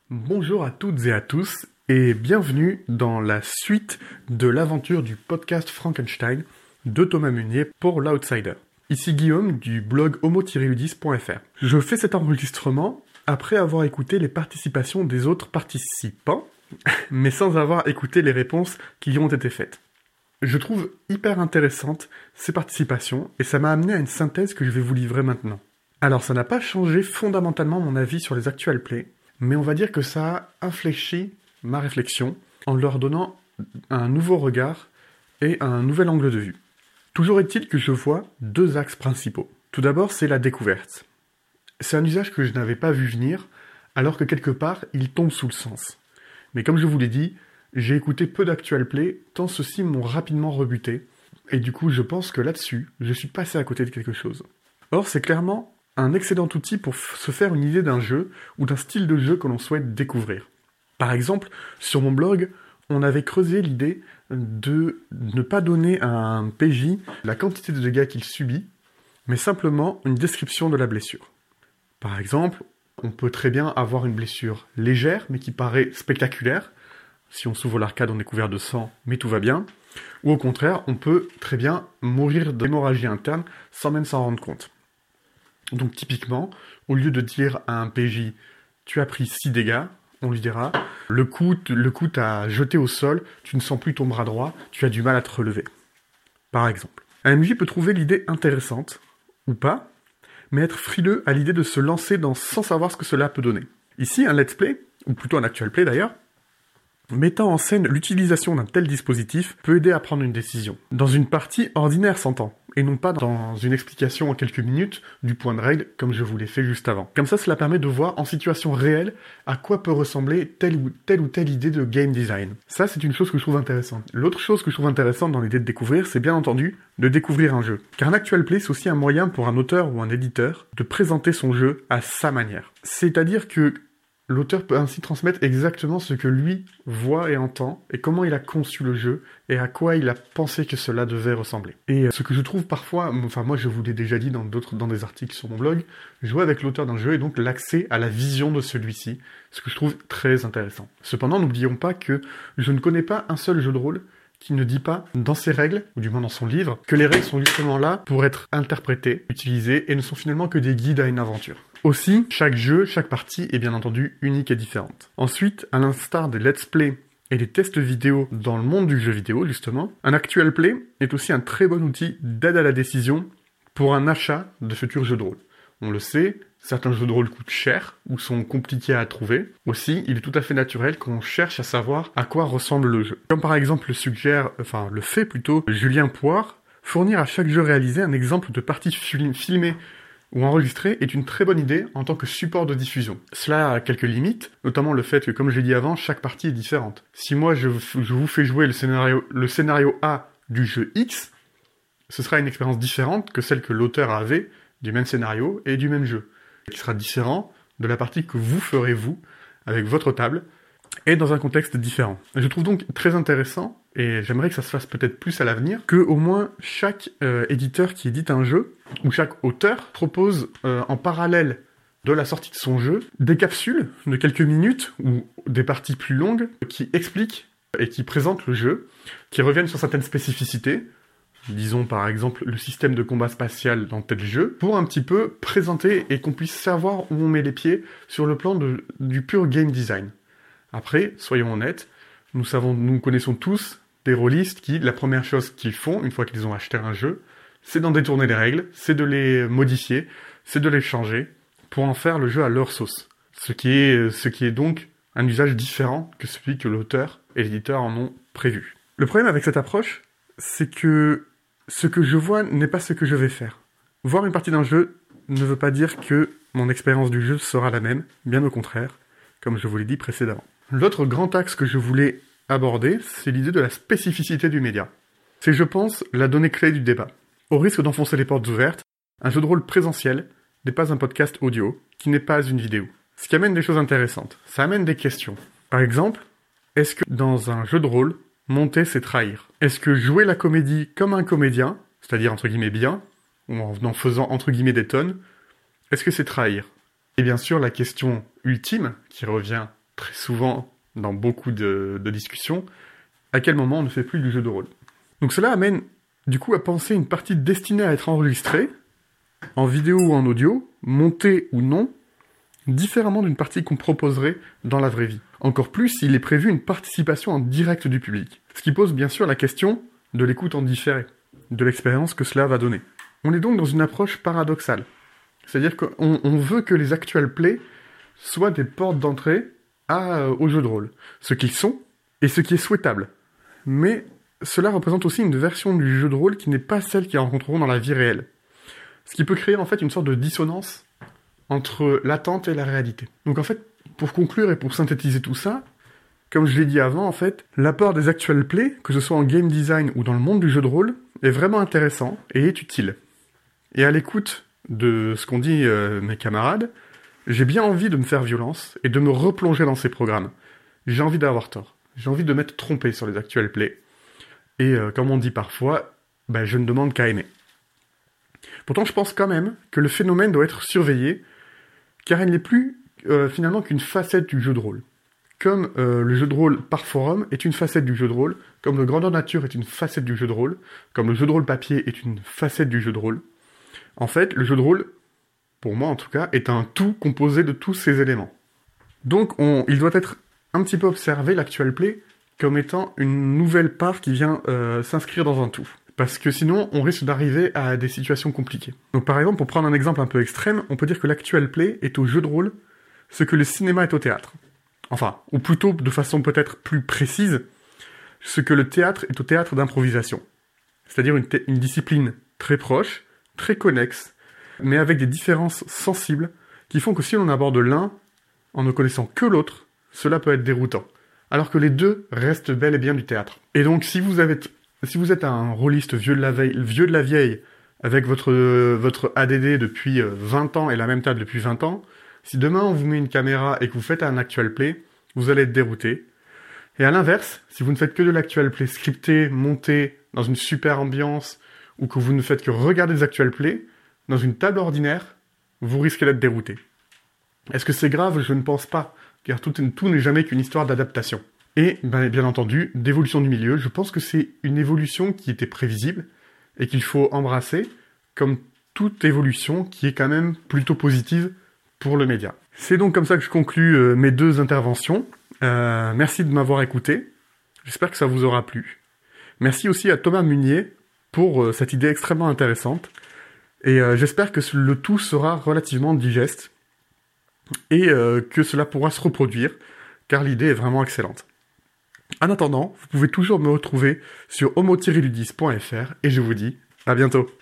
Bonjour à toutes et à tous et bienvenue dans la suite de l'aventure du podcast Frankenstein de Thomas Munier pour l'Outsider. Ici Guillaume du blog homo-ludis.fr. Je fais cet enregistrement après avoir écouté les participations des autres participants, mais sans avoir écouté les réponses qui y ont été faites. Je trouve hyper intéressantes ces participations et ça m'a amené à une synthèse que je vais vous livrer maintenant. Alors ça n'a pas changé fondamentalement mon avis sur les actual plays, mais on va dire que ça a infléchi ma réflexion en leur donnant un nouveau regard et un nouvel angle de vue. Toujours est-il que je vois deux axes principaux. Tout d'abord, c'est la découverte. C'est un usage que je n'avais pas vu venir, alors que quelque part, il tombe sous le sens. Mais comme je vous l'ai dit, j'ai écouté peu d'actual play, tant ceux-ci m'ont rapidement rebuté, et du coup, je pense que là-dessus, je suis passé à côté de quelque chose. Or, c'est clairement un excellent outil pour se faire une idée d'un jeu ou d'un style de jeu que l'on souhaite découvrir. Par exemple, sur mon blog, on avait creusé l'idée de ne pas donner à un PJ la quantité de dégâts qu'il subit, mais simplement une description de la blessure. Par exemple, on peut très bien avoir une blessure légère, mais qui paraît spectaculaire. Si on s'ouvre l'arcade, on est couvert de sang, mais tout va bien. Ou au contraire, on peut très bien mourir d'hémorragie interne sans même s'en rendre compte. Donc typiquement, au lieu de dire à un PJ « tu as pris 6 dégâts », on lui dira « le coup t'a jeté au sol, tu ne sens plus ton bras droit, tu as du mal à te relever ». Par exemple. Un MJ peut trouver l'idée intéressante, ou pas, mais être frileux à l'idée de se lancer sans savoir ce que cela peut donner. Ici, un let's play, ou plutôt un actual play d'ailleurs, mettant en scène l'utilisation d'un tel dispositif peut aider à prendre une décision. Dans une partie ordinaire s'entend, et non pas dans une explication en quelques minutes du point de règle comme je vous l'ai fait juste avant. Comme ça, cela permet de voir en situation réelle à quoi peut ressembler telle ou telle idée de game design. Ça, c'est une chose que je trouve intéressante. L'autre chose que je trouve intéressante dans l'idée de découvrir, c'est bien entendu de découvrir un jeu. Car un actual play, c'est aussi un moyen pour un auteur ou un éditeur de présenter son jeu à sa manière. C'est-à-dire que l'auteur peut ainsi transmettre exactement ce que lui voit et entend, et comment il a conçu le jeu, et à quoi il a pensé que cela devait ressembler. Et ce que je trouve parfois, enfin moi je vous l'ai déjà dit dans des articles sur mon blog, jouer avec l'auteur d'un jeu et donc l'accès à la vision de celui-ci, ce que je trouve très intéressant. Cependant, n'oublions pas que je ne connais pas un seul jeu de rôle qui ne dit pas, dans ses règles, ou du moins dans son livre, que les règles sont justement là pour être interprétées, utilisées, et ne sont finalement que des guides à une aventure. Aussi, chaque jeu, chaque partie est bien entendu unique et différente. Ensuite, à l'instar des let's play et des tests vidéo dans le monde du jeu vidéo, justement, un actual play est aussi un très bon outil d'aide à la décision pour un achat de futurs jeux de rôle. On le sait, certains jeux de rôle coûtent cher ou sont compliqués à trouver. Aussi, il est tout à fait naturel qu'on cherche à savoir à quoi ressemble le jeu. Comme par exemple le fait plutôt Julien Poire, fournir à chaque jeu réalisé un exemple de partie filmée ou enregistrée est une très bonne idée en tant que support de diffusion. Cela a quelques limites, notamment le fait que, comme j'ai dit avant, chaque partie est différente. Si moi je vous fais jouer le scénario A du jeu X, ce sera une expérience différente que celle que l'auteur avait du même scénario et du même jeu, qui sera différent de la partie que vous ferez vous, avec votre table, et dans un contexte différent. Je trouve donc très intéressant, et j'aimerais que ça se fasse peut-être plus à l'avenir, que au moins chaque éditeur qui édite un jeu, ou chaque auteur, propose en parallèle de la sortie de son jeu, des capsules de quelques minutes, ou des parties plus longues, qui expliquent et qui présentent le jeu, qui reviennent sur certaines spécificités, disons par exemple le système de combat spatial dans tel jeu, pour un petit peu présenter et qu'on puisse savoir où on met les pieds sur le plan du pur game design. Après, soyons honnêtes, nous connaissons tous des rôlistes qui, la première chose qu'ils font, une fois qu'ils ont acheté un jeu, c'est d'en détourner les règles, c'est de les modifier, c'est de les changer, pour en faire le jeu à leur sauce. Ce qui est donc un usage différent que celui que l'auteur et l'éditeur en ont prévu. Le problème avec cette approche, c'est que ce que je vois n'est pas ce que je vais faire. Voir une partie d'un jeu ne veut pas dire que mon expérience du jeu sera la même, bien au contraire, comme je vous l'ai dit précédemment. L'autre grand axe que je voulais aborder, c'est l'idée de la spécificité du média. C'est, je pense, la donnée clé du débat. Au risque d'enfoncer les portes ouvertes, un jeu de rôle présentiel n'est pas un podcast audio, qui n'est pas une vidéo. Ce qui amène des choses intéressantes. Ça amène des questions. Par exemple, est-ce que dans un jeu de rôle, monter, c'est trahir? Est-ce que jouer la comédie comme un comédien, c'est-à-dire entre guillemets bien, ou en faisant entre guillemets des tonnes, est-ce que c'est trahir? Et bien sûr, la question ultime, qui revient très souvent dans beaucoup de discussions, à quel moment on ne fait plus du jeu de rôle. Donc cela amène du coup à penser une partie destinée à être enregistrée, en vidéo ou en audio, montée ou non, différemment d'une partie qu'on proposerait dans la vraie vie. Encore plus, il est prévu une participation en direct du public. Ce qui pose bien sûr la question de l'écoute en différé, de l'expérience que cela va donner. On est donc dans une approche paradoxale. C'est-à-dire qu'on veut que les actual plays soient des portes d'entrée au jeu de rôle. Ce qu'ils sont, et ce qui est souhaitable. Mais cela représente aussi une version du jeu de rôle qui n'est pas celle qu'ils rencontreront dans la vie réelle. Ce qui peut créer en fait une sorte de dissonance entre l'attente et la réalité. Donc en fait, pour conclure et pour synthétiser tout ça, comme je l'ai dit avant, en fait, l'apport des actual plays, que ce soit en game design ou dans le monde du jeu de rôle, est vraiment intéressant et est utile. Et à l'écoute de ce qu'ont dit mes camarades, j'ai bien envie de me faire violence et de me replonger dans ces programmes. J'ai envie d'avoir tort. J'ai envie de m'être trompé sur les actual plays. Et comme on dit parfois, je ne demande qu'à aimer. Pourtant, je pense quand même que le phénomène doit être surveillé, car il n'est plus finalement qu'une facette du jeu de rôle. Comme le jeu de rôle par forum est une facette du jeu de rôle, comme le grandeur nature est une facette du jeu de rôle, comme le jeu de rôle papier est une facette du jeu de rôle. En fait, le jeu de rôle, pour moi en tout cas, est un tout composé de tous ces éléments. Donc il doit être un petit peu observé, l'actual play, comme étant une nouvelle part qui vient s'inscrire dans un tout. Parce que sinon, on risque d'arriver à des situations compliquées. Donc par exemple, pour prendre un exemple un peu extrême, on peut dire que l'actual play est au jeu de rôle ce que le cinéma est au théâtre. Enfin, ou plutôt, de façon peut-être plus précise, ce que le théâtre est au théâtre d'improvisation. C'est-à-dire une discipline très proche, très connexe, mais avec des différences sensibles qui font que si l'on aborde l'un en ne connaissant que l'autre, cela peut être déroutant. Alors que les deux restent bel et bien du théâtre. Et donc, si vous êtes un rôliste vieux de la vieille, avec votre ADD depuis 20 ans et la même table depuis 20 ans, si demain on vous met une caméra et que vous faites un actual play, vous allez être dérouté. Et à l'inverse, si vous ne faites que de l'actual play scripté, monté, dans une super ambiance, ou que vous ne faites que regarder des actual plays, dans une table ordinaire, vous risquez d'être dérouté. Est-ce que c'est grave? Je ne pense pas, car tout n'est jamais qu'une histoire d'adaptation. Et, bien entendu, d'évolution du milieu, je pense que c'est une évolution qui était prévisible, et qu'il faut embrasser, comme toute évolution qui est quand même plutôt positive pour le média. C'est donc comme ça que je conclus mes deux interventions. Merci de m'avoir écouté. J'espère que ça vous aura plu. Merci aussi à Thomas Munier pour cette idée extrêmement intéressante. Et j'espère que le tout sera relativement digeste et que cela pourra se reproduire, car l'idée est vraiment excellente. En attendant, vous pouvez toujours me retrouver sur homo-ludis.fr et je vous dis à bientôt.